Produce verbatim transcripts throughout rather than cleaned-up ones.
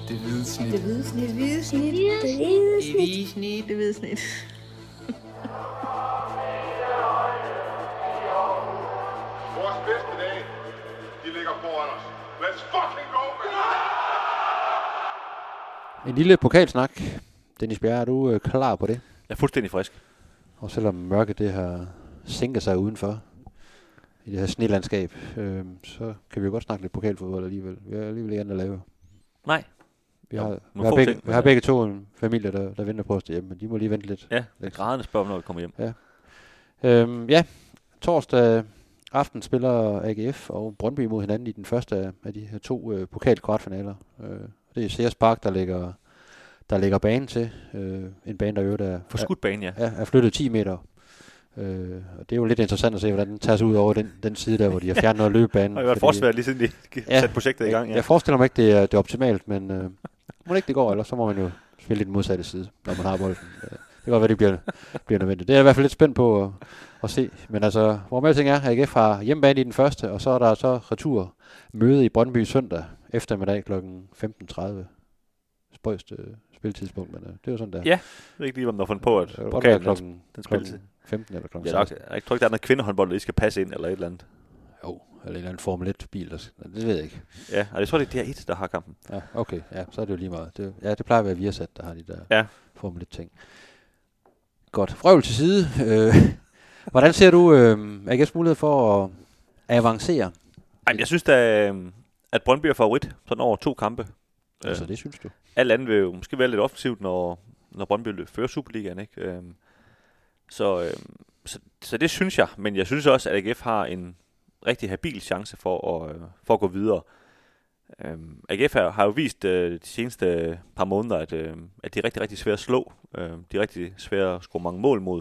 Det hvide snit. Det hvide snit. Det hvide snit. Det hvide snit. Det hvide snit. Det hvide snit. Vores bedste dage, de ligger foran os. Let's fucking go, man! En lille pokalsnak. Dennis Bjerre, er du øh, klar på det? Jeg er fuldstændig frisk. Og selvom mørket det har sænket sig udenfor i det her snelandskab, øh, så kan vi jo godt snakke lidt pokalfodbold alligevel. Vi har alligevel ikke andet at lave. Nej. Vi Jo, har, vi nogle har, få begge, ting, vi har men, begge to en familie, der, der venter på os derhjemme, men de må lige vente lidt. Ja, det er grædende spørg, når vi kommer hjem. Ja. Øhm, ja, torsdag aften spiller A G F og Brøndby mod hinanden i den første af, af de her to øh, pokalkvartfinaler. Øh, det er Sears Park, der ligger, der ligger banen til. Øh, en bane, der jo er, For skudt bane, ja. er, er flyttet ti meter. Øh, og det er jo lidt interessant at se, hvordan den tager sig ud over den, den side der, hvor de har fjernet noget løbebane. Og det har været forsvært lige siden de Ja, satte projektet i gang. Ja. Jeg forestiller mig ikke, det er, det er optimalt, men øh, må det ikke det går, ellers så må man jo spille i den modsatte side, når man har bolden. Øh, det kan godt være, det bliver, bliver nødvendigt. Det er jeg i hvert fald lidt spændt på at, at se. Men altså, hvor med alting er, A G F har hjemmebane i den første, og så er der så retur møde i Brøndby søndag eftermiddag klokken femten tredive. Spøjst øh, spiltidspunkt, men øh, det er jo sådan der. Ja, jeg ved ikke lige, om der har fundet på, at Det kan godt være pokalen klokken, den klokken spilletid. femten eller klokken Ja, nok, seksten. jeg tror ikke, der er noget kvindehåndbold, der lige skal passe ind, eller et eller andet. Jo, eller en eller anden Formel et-bil. Der skal, det ved jeg ikke. Ja, og jeg tror, det er D R et, der har kampen. Ja, okay. Ja, så er det jo lige meget. Det, ja, det plejer at være Viasat, der har de der Ja. Formel et-ting. Godt. Frøvl til side. Øh, hvordan ser du øh, A G F's mulighed for at avancere? Ej, jeg synes da, øh, at Brøndby er favorit sådan over to kampe. Altså, det synes du? Alt andet vil jo måske være lidt offensivt, når, når Brøndby fører Superligaen, ikke? Øhm, så, øhm, så, så det synes jeg, men jeg synes også, at A G F har en rigtig habil chance for at, øh, for at gå videre. Øhm, A G F har, har jo vist øh, de seneste par måneder, at, øh, at de er rigtig, rigtig svære at slå. Øh, de er rigtig svære at score mange mål mod.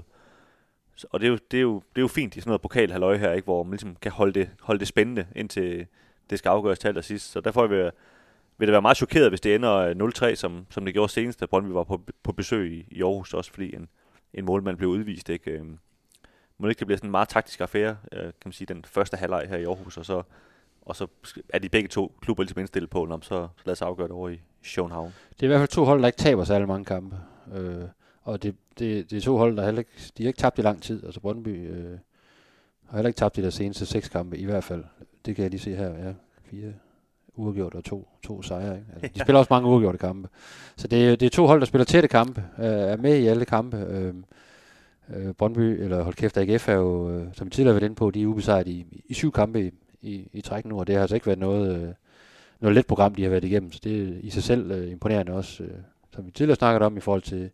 Så, og det er, jo, det, er jo, det er jo fint i sådan noget pokalhalløj her, ikke? Hvor man ligesom kan holde det, holde det spændende, indtil det skal afgøres til allersidst. Så derfor vil jeg vil det være meget chokeret, hvis det ender nul tre, som, som det gjorde senest, da Brøndby var på, på besøg i, i Aarhus, også fordi en, en målmand blev udvist. Ikke? Øhm, må det ikke det bliver sådan en meget taktisk affære, øh, kan man sige, den første halvleg her i Aarhus, og så, og så er de begge to klubber ligesom indstillet på, når så, så lad os afgøre det over i København. Det er i hvert fald to hold, der ikke taber særlig mange kampe. Øh, og det, det, det er to hold, der heller ikke, de har ikke tabt i lang tid. Altså Brøndby øh, har heller ikke tabt i deres seneste seks kampe, i hvert fald. Det kan jeg lige se her, ja. Fire uafgjort og to, to sejre. Ikke? Altså, de spiller også mange uafgjorte kampe. Så det, det er to hold, der spiller tætte kampe, øh, er med i alle kampe. Øh, øh, Brøndby, eller hold kæft, A G F er jo, øh, som vi tidligere har været inde på, de er ubesejret i, i syv kampe i, i, i træk nu, og det har altså ikke været noget, øh, noget let program, de har været igennem. Så det er i sig selv øh, imponerende også, øh, som vi tidligere snakket om, i forhold til,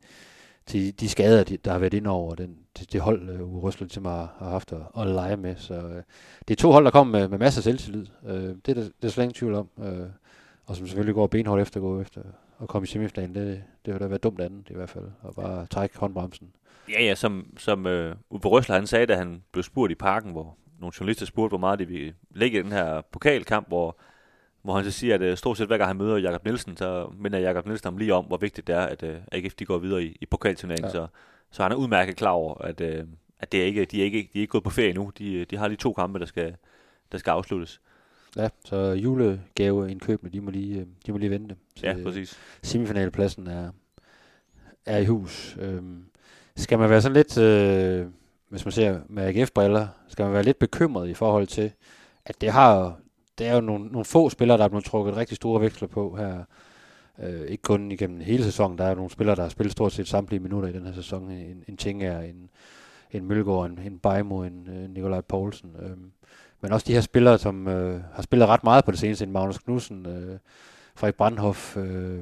til de skader, de, der har været inde over den, det, det hold, øh, Uwe Røsler til har, har haft at, at lege med. Så øh, det er to hold, der kommer med, med masser af selvtillid. Øh, det er der, det er slet ingen tvivl om. Øh, og som selvfølgelig går benhårdt efter at gå efter at komme i semifinalen. Det, det vil da være dumt andet i hvert fald, at bare trække håndbremsen. Ja, ja, som, som øh, Uwe Røsler, han sagde, da han blev spurgt i parken, hvor nogle journalister spurgte, hvor meget de ville lægge i den her pokalkamp, hvor hvor han så siger, at uh, stort set hver gang han møder Jakob Nielsen, så minder Jakob Nielsen ham lige om, hvor vigtigt det er, at uh, A G F de går videre i, i pokalturneringen. Ja. Så, så han er udmærket klar over, at, uh, at det er ikke, de, er ikke, de er ikke gået på ferie nu. De, de har lige to kampe, der skal, der skal afsluttes. Ja, så julegaveindkøbene, de må lige, de må lige vente. Så ja, præcis. Semifinalpladsen er, er i hus. Øhm, skal man være sådan lidt, øh, hvis man ser med A G F-briller, skal man være lidt bekymret i forhold til, at det har det er jo nogle, nogle få spillere, der er blevet trukket rigtig store veksler på her. Øh, ikke kun igennem hele sæsonen. Der er nogle spillere, der har spillet stort set samtlige minutter i den her sæson. En, en Tinger, en, en Mølgaard, en, en Bajmo, en, en Nikolaj Poulsen. Øh, men også de her spillere, som øh, har spillet ret meget på det seneste. En Magnus Knudsen, øh, Frederik Brandhoff, øh,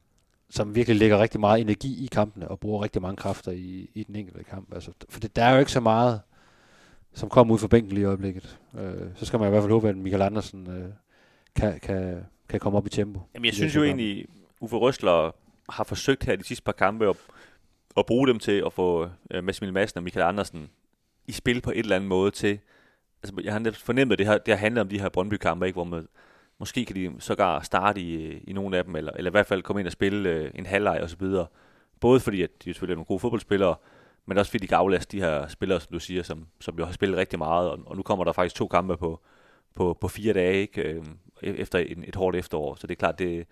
som virkelig lægger rigtig meget energi i kampene og bruger rigtig mange kræfter i, i den enkelte kamp. Altså, for det, der er jo ikke så meget, som kommer ud fra bænken lige i øjeblikket. Øh, så skal man i hvert fald håbe, at Michael Andersen øh, kan, kan, kan komme op i tempo. Jamen, jeg synes jo egentlig, Uwe Røsler har forsøgt her de sidste par kampe at, at bruge dem til at få øh, Massimil Madsen og Michael Andersen i spil på et eller andet måde til. Altså, jeg har fornemmet, at det har, det har handlet om de her Brøndby-kampe, ikke, hvor man, måske kan de sågar starte i, i nogle af dem, eller, eller i hvert fald komme ind og spille øh, en halvleg og så videre. Både fordi, at de selvfølgelig er nogle gode fodboldspillere, men også fordi de kan aflaste de her spillere, som du siger, som, som jo har spillet rigtig meget, og, og nu kommer der faktisk to kampe på, på, på fire dage, ikke? Øh, efter en, et hårdt efterår, så det er klart, det, det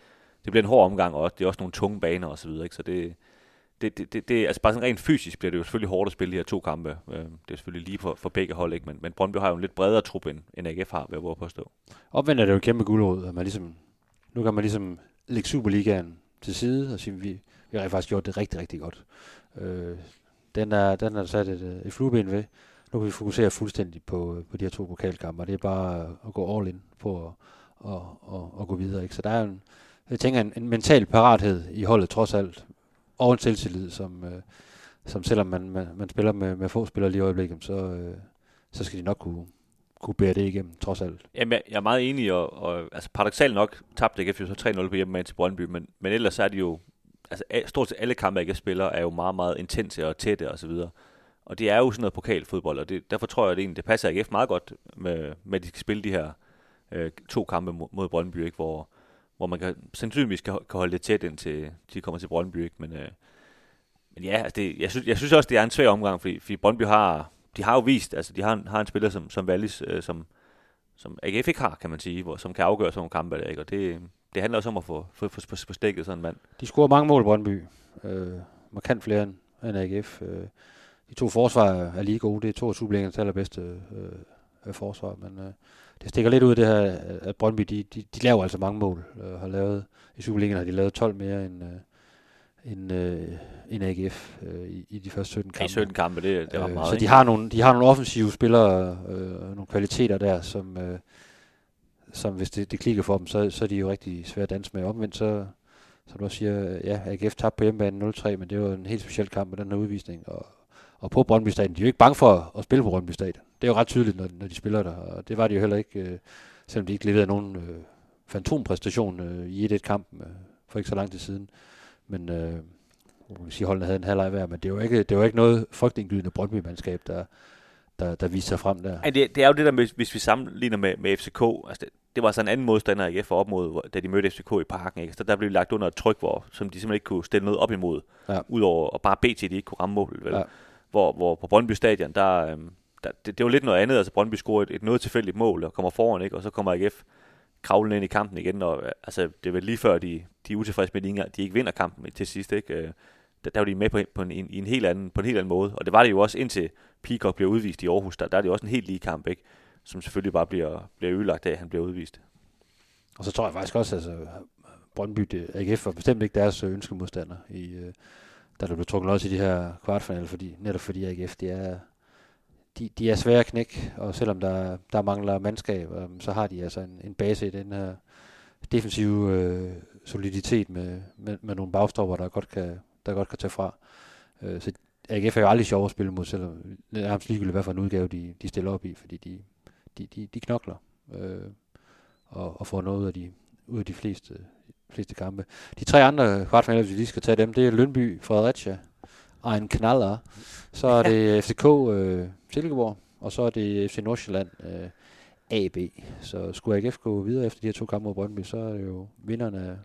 det bliver en hård omgang, og det er også nogle tunge baner og så videre, ikke? Så det, det, det, det, det altså bare sådan rent fysisk bliver det jo selvfølgelig hårdt at spille de her to kampe. Det er selvfølgelig lige for, for begge hold, ikke? Men, men Brøndby har jo en lidt bredere trup, end, end A G F har, vil jeg våge på at stå. Omvendt er det jo kæmpe guldråd, at man ligesom, nu kan man ligesom lægge Superligaen til side og sige, at vi, vi har faktisk gjort det rigtig, rigtig godt. Øh, den, er, den er sat et, et flueben ved. Nu kan vi fokusere fuldstændig på, på de her to pokalkampe, og det er bare at gå all in på at, og, og, og gå videre. Ikke? Så der er en, jeg tænker, en, en mental parathed i holdet trods alt, og en selvtillid, som, øh, som selvom man, man, man spiller med, med få spillere lige i øjeblikket, så, øh, så skal de nok kunne, kunne bære det igennem, trods alt. Jamen, jeg, jeg er meget enig, og, og altså, paradoksalt nok tabte A G F jo så tre nul på hjemmebane til Brøndby, men, men ellers er de jo, altså stort set alle kampe, A G F spiller, er jo meget, meget intense og tætte og så videre. Og det er jo sådan noget pokalfodbold, og det, derfor tror jeg, at det, egentlig, det passer A G F meget godt med, med at de skal spille de her øh, to kampe mod, mod Brøndby, ikke? Hvor, hvor man kan, sandsynligvis kan, kan holde det tæt, indtil de kommer til Brøndby. Ikke? Men, øh, men ja, altså det, jeg, synes, jeg synes også, det er en svær omgang, fordi, fordi Brøndby har, de har jo vist, altså de har, har en spiller som, som Wallis, øh, som, som A G F ikke har, kan man sige, hvor, som kan afgøre sådan nogle kampe, der, ikke? Og det, det handler også om at få, få, få, få stikket sådan en mand. De scorer mange mål, Brøndby. Øh, markant flere end, end A G F. Øh, de to forsvar er lige gode. Det er to af Superligaens allerbedste øh, forsvar, men øh, det stikker lidt ud af det her, at Brøndby, de, de, de laver altså mange mål. Øh, har lavet, i Superligaen har de lavet tolv mere end, øh, end, øh, end A G F øh, i, i de første sytten kampe. I sytten kampe, det, det var meget. Øh, så de har, nogle, de har nogle offensive spillere, øh, nogle kvaliteter der, som, øh, som hvis det, det klikker for dem, så, så er de jo rigtig svære at danse med. Omvendt så, som du også siger, ja, A G F tabte på hjemmebane nul tre, men det var en helt speciel kamp med den her udvisning, og Og på Brøndby Stadion, de er jo ikke bange for at spille på Brøndby Stadion. Det er jo ret tydeligt, når, når de spiller der. Og det var de jo heller ikke, øh, selvom de ikke leverede nogen øh, fantompræstation øh, i et et-kampen øh, for ikke så lang tid siden. Men øh, man kan sige, holdene havde en halvleg hver, men det var ikke, det var ikke noget frygtindgydende Brøndby-mandskab, der, der, der viste sig frem der. Ja, det, det er jo det der, med, hvis vi sammenligner med, med F C K. Altså det, det var så en anden modstander, A G F var op mod, da de mødte F C K i Parken. Ikke? Så der blev lagt under et tryk, hvor, som de simpelthen ikke kunne stille noget op imod. Ja. Udover at bare B T, de ikke kunne ramme mål. Vel? Ja. Hvor, hvor på Brøndby Stadion, der, øhm, der det, det var lidt noget andet. Altså Brøndby scorer et, et noget tilfældigt mål og kommer foran, ikke? Og så kommer A G F kravlende ind i kampen igen. Og, altså, det er vel lige før, de, de er utilfredse med, at de ikke vinder kampen til sidst. Ikke? Øh, der, der var de med på, på, en, en, en helt anden, på en helt anden måde. Og det var det jo også indtil Peacock bliver udvist i Aarhus. Der, der er det jo også en helt lige kamp, ikke? Som selvfølgelig bare bliver, bliver ødelagt af, at han bliver udvist. Og så tror jeg faktisk også, at altså, Brøndby, det, A G F var bestemt ikke deres ønskemodstander i... Øh da der blev trukket også i de her kvartfinaler, fordi, netop fordi A G F, de er, de, de er svære at knække, og selvom der, der mangler mandskab, um, så har de altså en, en base i den her defensive øh, soliditet med, med, med nogle bagstopper, der godt kan, der godt kan tage fra. Øh, så A G F er jo aldrig sjov at spille mod, selvom det er nærmest ligegyldigt, hvad for en udgave de, de stiller op i, fordi de, de, de, de knokler øh, og, og får noget af de, ud af de fleste fleste kampe. De tre andre kvartfinaler, hvis vi lige skal tage dem, det er Lyngby, Fredericia, Ein Knaller, så er det F C K, øh, Silkeborg, og så er det F C Nordsjælland, øh, A B. Så skulle A G F gå videre efter de her to kampe mod Brøndby, så er det jo vinderne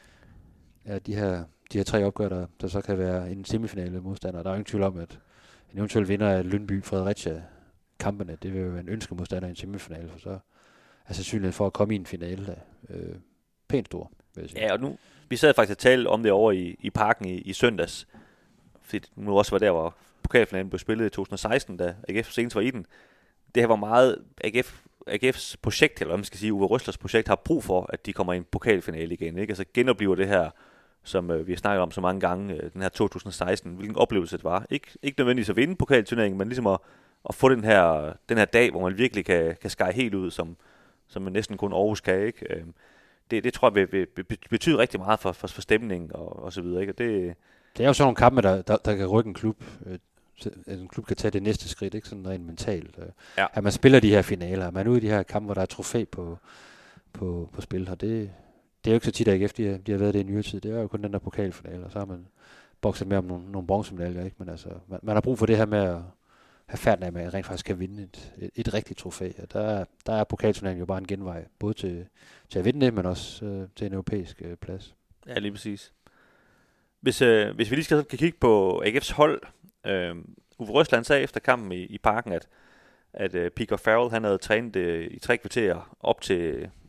af de her, de her tre opgør, der, der så kan være en semifinale modstander. Der er jo ingen tvivl om, at en eventuel vinder af Lyngby, Fredericia kampene, det vil jo være en ønskemodstander i en semifinale, for så er sandsynligheden for at komme i en finale øh, pænt stor. Ja, og nu, vi sad faktisk og talte om det over i, i Parken i, i søndags, fordi nu også var der, hvor pokalfinalen blev spillet i to tusind og seksten, da A G F senest var i den. Det her var meget A G F, A G F's projekt, eller hvad man skal sige, Uwe Røslers projekt, har brug for, at de kommer i en pokalfinale igen. Ikke? Altså genoplever det her, som øh, vi har snakket om så mange gange, øh, den her to tusind og seksten, hvilken oplevelse det var. Ikke, ikke nødvendigvis at vinde pokalturneringen, men ligesom at, at få den her, den her dag, hvor man virkelig kan, kan skære helt ud, som, som man næsten kun Aarhus kan, ikke? Øh, Det, det tror jeg vil, vil, vil betyde rigtig meget for, for, for stemningen og, og så videre. Ikke? Og det, det er jo sådan nogle kampe, der, der, der kan rykke en klub. Øh, en klub kan tage det næste skridt, ikke sådan rent mentalt. Øh, ja. At man spiller de her finaler, at man er ude i de her kampe, hvor der er trofæ på, på, på spil. Og det, det er jo ikke så tit, at A G F de har, de har været det i nyere tid. Det er jo kun den der pokalfinale, og så har man bokset med om nogle, nogle bronzemedaljer. Ikke? Men altså, man, man har brug for det her med at have færden af med, at rent faktisk kan vinde et, et, et rigtigt trofæ. Og der, der er pokalturneringen jo bare en genvej, både til, til at vinde det, men også øh, til en europæisk øh, plads. Ja, lige præcis. Hvis, øh, hvis vi lige skal kan kigge på A G F's hold, øh, Uwe Røsland sagde efter kampen i, i Parken, at, at øh, Peacock Farrell, han havde trænet øh, i tre kvarterer op til,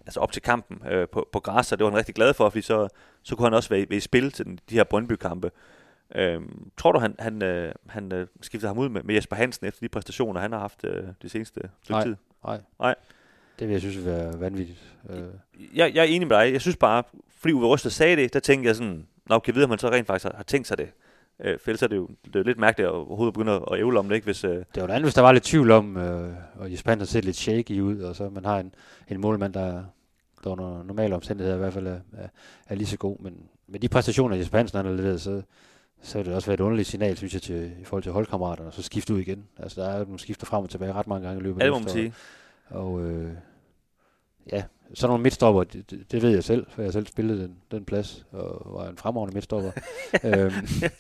altså op til kampen øh, på, på græs, og det var han rigtig glad for, fordi så, så kunne han også være i, være i spil til den, de her Brøndby-kampe. Øhm, tror du, han, han, øh, han øh, skiftede ham ud med, med Jesper Hansen efter de præstationer, han har haft øh, de seneste stykke nej, tid? Nej, nej. Det vil jeg synes vil være vanvittigt. Øh. Jeg, jeg er enig med dig. Jeg synes bare, fordi Uwe Røsler sagde det, der tænkte jeg sådan, nå, kan jeg vide, om man så rent faktisk har, har tænkt sig det. Øh, for ellers er det jo det er lidt mærkeligt at overhovedet begynde at ævle om det, ikke? Hvis, øh... Det var noget andet, hvis der var lidt tvivl om, øh, og Jesper Hansen ser lidt shaky ud, og så man har en, en målmand, der, der under normale omstændigheder i hvert fald er, er, er lige så god. Men med de præstationer, Jesper Hansen har leveret, så, så vil det også være et underligt signal, synes jeg, til, i forhold til holdkammeraterne, og så skifte ud igen. Altså, der er jo nogle skifter frem og tilbage ret mange gange i løbet af ja, det må man sige. Og øh, ja, sådan nogle midtstopper, det, det, det ved jeg selv, for jeg selv spillede den, den plads, og var en fremragende midtstopper. øhm,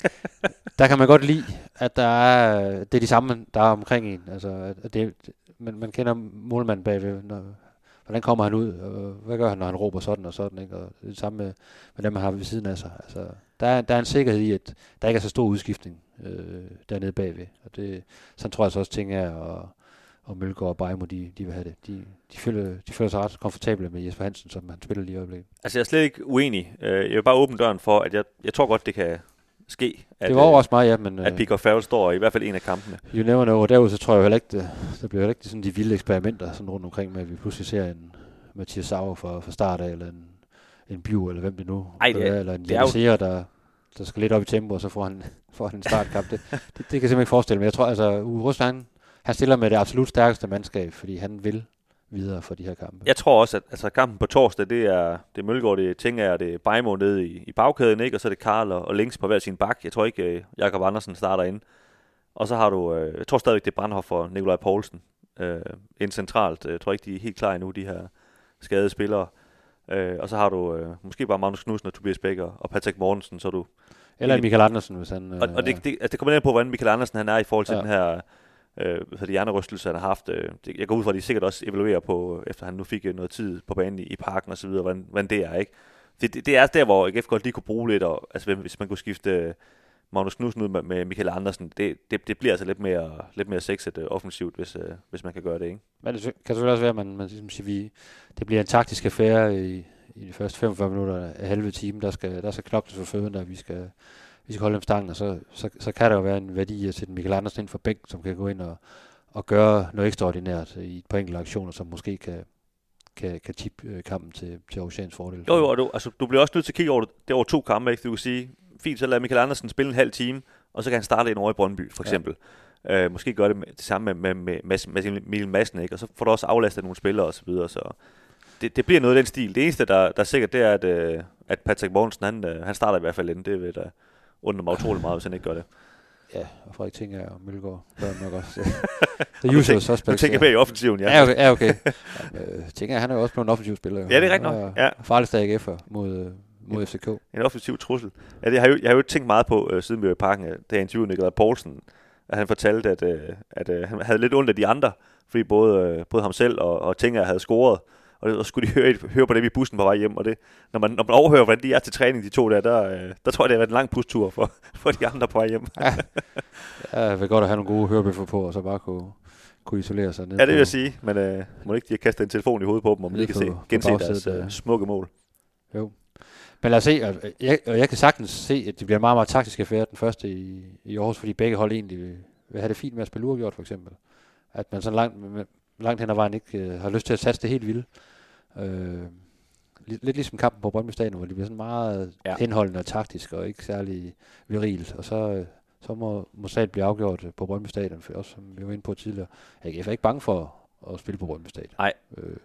der kan man godt lide, at der er, det er de samme, der er omkring en. Altså, at det, man, man kender målmanden bagved, når, hvordan kommer han ud, og hvad gør han, når han råber sådan og sådan, ikke? Og det er det samme med, med dem, man har ved siden af sig. Altså, der, er, der er en sikkerhed i, at der ikke er så stor udskiftning øh, dernede bagved. Og det, sådan tror jeg så også, ting er, og og Mølgaard og Bajmo, de, de vil have det. De, de, føler, de føler sig ret komfortable med Jesper Hansen, som han spiller lige i øjeblikket. Altså, jeg er slet ikke uenig. Jeg vil bare åbne døren for, at jeg, jeg tror godt, det kan ske. At, det var også meget, ja, men... At Picard Farrell står i hvert fald en af kampene. You never know. Og derude, så tror jeg heller ikke, det, der bliver heller ikke sådan de vilde eksperimenter sådan rundt omkring med, at vi pludselig ser en Mathias Sauer fra, fra start af, eller en, en Biu, eller hvem det nu Ej, det er, eller en Janiserer, der, der skal lidt op i tempo, og så får han, får han en startkamp. det, det, det kan jeg simpelthen ikke forestille mig. Jeg tror, altså, Uwe Røsler, han, han stiller med det absolut stærkeste mandskab, fordi han vil videre for de her kampe. Jeg tror også, at altså, kampen på torsdag, det er, det er Mølgaard, det er Tinger, det er Bajmo nede i, i bagkæden, ikke? Og så er det Karl og, og Links på hver sin bak. Jeg tror ikke, uh, Jakob Andersen starter ind. Og så har du, uh, jeg tror stadigvæk, det er Brandhoff og Nikolaj Poulsen uh, ind centralt. Jeg tror ikke, de er helt klar endnu, de her skadede spillere. Uh, og så har du uh, måske bare Magnus Knudsen og Tobias Bækker og Patrick Mortensen, så du... Eller Michael Andersen, hvis han... Uh, og og det, det, altså, det kommer ned på, hvordan Michael Andersen han er i forhold til ja. den her... Øh, så de hjernerystelse, han har haft. Øh, det, jeg går ud fra, at de sikkert også evaluerer på, efter han nu fik noget tid på banen i, i parken og så videre, hvordan, hvordan det er, ikke? Det, det, det er der, hvor A G F godt lige kunne bruge lidt, og, altså hvis man kunne skifte Magnus Knudsen ud med, med Michael Andersen, det, det, det bliver altså lidt mere, lidt mere sexet uh, offensivt, hvis, uh, hvis man kan gøre det, ikke? Men det kan selvfølgelig også være, at man, man ligesom siger, vi, det bliver en taktisk affære i, i de første femogfyrre minutter af halve time, der skal, der skal knokles for føden, der vi skal... vi skal holde dem stangen, og så, så, så kan der jo være en værdi at sætte Michael Andersen ind for bænk, som kan gå ind og, og gøre noget ekstraordinært i et par enkelte aktioner, som måske kan, kan, kan tippe kampen til, til Aarhusians fordel. Jo, jo, og du, altså, du bliver også nødt til at kigge over det, det over to kampe, ikke? Du kan sige, fint, så lad Michael Andersen spille en halv time, og så kan han starte en over i Brøndby, for eksempel. Ja. Øh, måske gøre det, med, det samme med, med, med, med Emil Madsen, ikke? Og så får du også aflastet nogle spillere og så videre, så det, det bliver noget af den stil. Det eneste, der, der er sikkert, det er, at, øh, at Patrick Mortensen, han, han starter i hvert fald inden, det vil der undrer mig utrolig meget, hvis han ikke gør det. Ja, og Frederik Tinger og Mølgaard gør nok også. Det er usual suspects. Du tænker bag i offensiven, ja. Ja, okay. Ja, okay. Jamen, Tinger, han er jo også blevet en offensiv spiller. Jo. Ja, det er rigtigt nok. Ja. Farligste A G F'er mod, mod F C K. En offensiv trussel. Ja, det har jeg, jo, jeg har jo tænkt meget på, uh, siden vi var i parken, da jeg interviewede Nikolaj Poulsen, at han fortalte, at, uh, at uh, han havde lidt ondt af de andre, fordi både, uh, både ham selv og, og Tinger havde scoret. Og så skulle de høre, høre på dem i bussen på vej hjem, og det, når man, når man overhører, hvordan de er til træning, de to der, der, øh, der tror jeg, det har været en lang bustur for, for de andre på vej hjem. Ja, ja det er godt at have nogle gode hørebøffer på, og så bare kunne, kunne isolere sig ned. Ja, det vil jeg sige, men øh, må ikke de har kastet en telefon i hovedet på dem, om de ikke kan se, gense deres øh, smukke mål. Jo. Men lad os se, og jeg, og jeg kan sagtens se, at det bliver en meget, meget taktisk affære, den første i, i Aarhus, fordi begge hold egentlig vil, vil have det fint med at spille uafgjort, for eksempel. At man så langt, langt hen ad vejen ikke øh, har lyst til at satse det helt vildt. Øh, lidt, lidt ligesom kampen på Brøndby Stadion, hvor det bliver sådan meget ja. henholdende og taktisk, og ikke særlig virilt, og så, så må, må sagen blive afgjort på Brøndby Stadion, for også som vi var inde på tidligere. Jeg er ikke bange for at spille på Brøndby Stadion. Nej. Øh,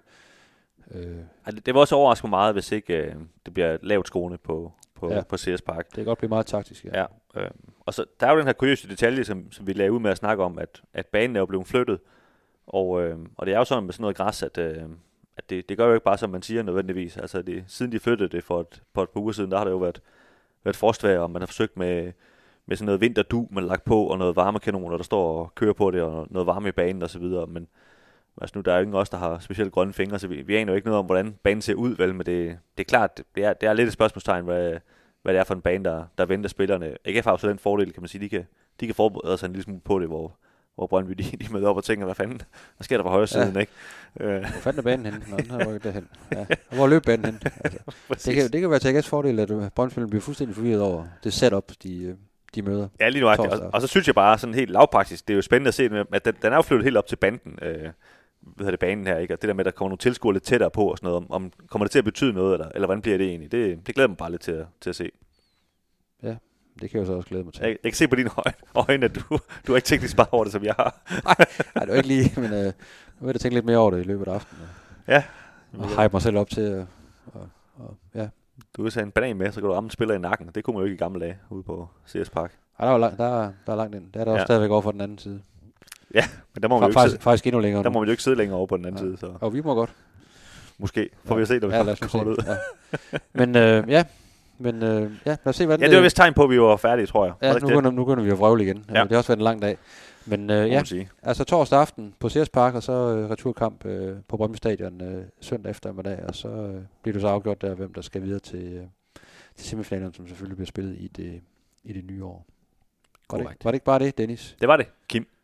øh. Det, det var også overrasket meget, hvis ikke øh, det bliver lavt skoene på, på, ja. på C S Park. Det kan godt blive meget taktisk, ja. ja øh. Og så der er jo den her kuriøse detalje, som, som vi lavede ud med at snakke om, at, at banen er jo blevet flyttet, og, øh, og det er jo sådan med sådan noget græs, at øh, at det, det gør jo ikke bare, som man siger nødvendigvis. Altså, det, siden de flyttede det for et, for et par uger siden, der har det jo været, været frostvejr, og man har forsøgt med, med sådan noget vinterdu, man har lagt på, og noget varmekanoner, der står og kører på det, og noget varme i banen og så videre. Men altså nu, der er jo ingen også, der har specielt grønne fingre, så vi, vi aner jo ikke noget om, hvordan banen ser ud, vel? Men det, det er klart, det er, det er lidt et spørgsmålstegn, hvad, hvad det er for en bane, der, der venter spillerne. A G F har jo så den fordel, kan man sige, de kan, de kan forberede sig en lille smule på det, hvor, hvor Brøndby de, de møder op og tænker, hvad fanden, hvad sker der på højre siden, ja. ikke? Øh. Hvor fanden er banen henne? Nå, den har rykket derhen. Ja. Og hvor løb banen henne? Altså, det, kan, det kan være til A G F's fordel, at Brøndby bliver fuldstændig forvirret over det setup, de, de møder. Ja, lige nu. Og, og så synes jeg bare sådan helt lavpraktisk, det er jo spændende at se, at den, den er jo flyttet helt op til banden, øh, hvad hedder det, banen her, ikke? Og det der med, at der kommer nogle tilskuere lidt tættere på og sådan noget, om, om kommer det til at betyde noget, eller, eller hvordan bliver det egentlig? Det, det glæder mig bare lidt til at, til at se. Ja, det kan jeg jo så også glæde mig til. Jeg, jeg kan se på dine øjne, at du, du er ikke teknisk bare over det, som jeg har. nej, nej, det var ikke lige, men øh, nu vil jeg tænke lidt mere over det i løbet af aftenen. Ja. Og hype mig selv op til, øh, og, og, ja. Du vil tage en banan med, så kan du ramme en spiller i nakken. Det kunne man jo ikke i gamle dage ude på C S Park. Ej, der, var lang, der, der er langt ind. Der er der også ja. stadigvæk over for den anden side. Ja, men der må man jo ikke faktisk, sidde, faktisk endnu længere. der må man jo ikke sidde længere over på den anden ja. side. Så. Og vi må godt. Måske. Får ja. vi at se, når vi ja, kommer ud. Ja. Men øh, ja, men øh, ja, lad os se, hvad den... Ja, det var vist tegn på, at vi var færdige, tror jeg. Ja, nu begynder, nu begynder vi at vrøvle igen. Ja. Det har også været en lang dag. Men øh, ja, altså torsdag aften på C S Park, og så øh, returkamp øh, på Brøndby Stadion øh, søndag eftermiddag, og så øh, bliver det så afgjort der, hvem der skal videre til, øh, til semifinalen, som selvfølgelig bliver spillet i det, i det nye år. Var det, var det ikke bare det, Dennis? Det var det, Kim.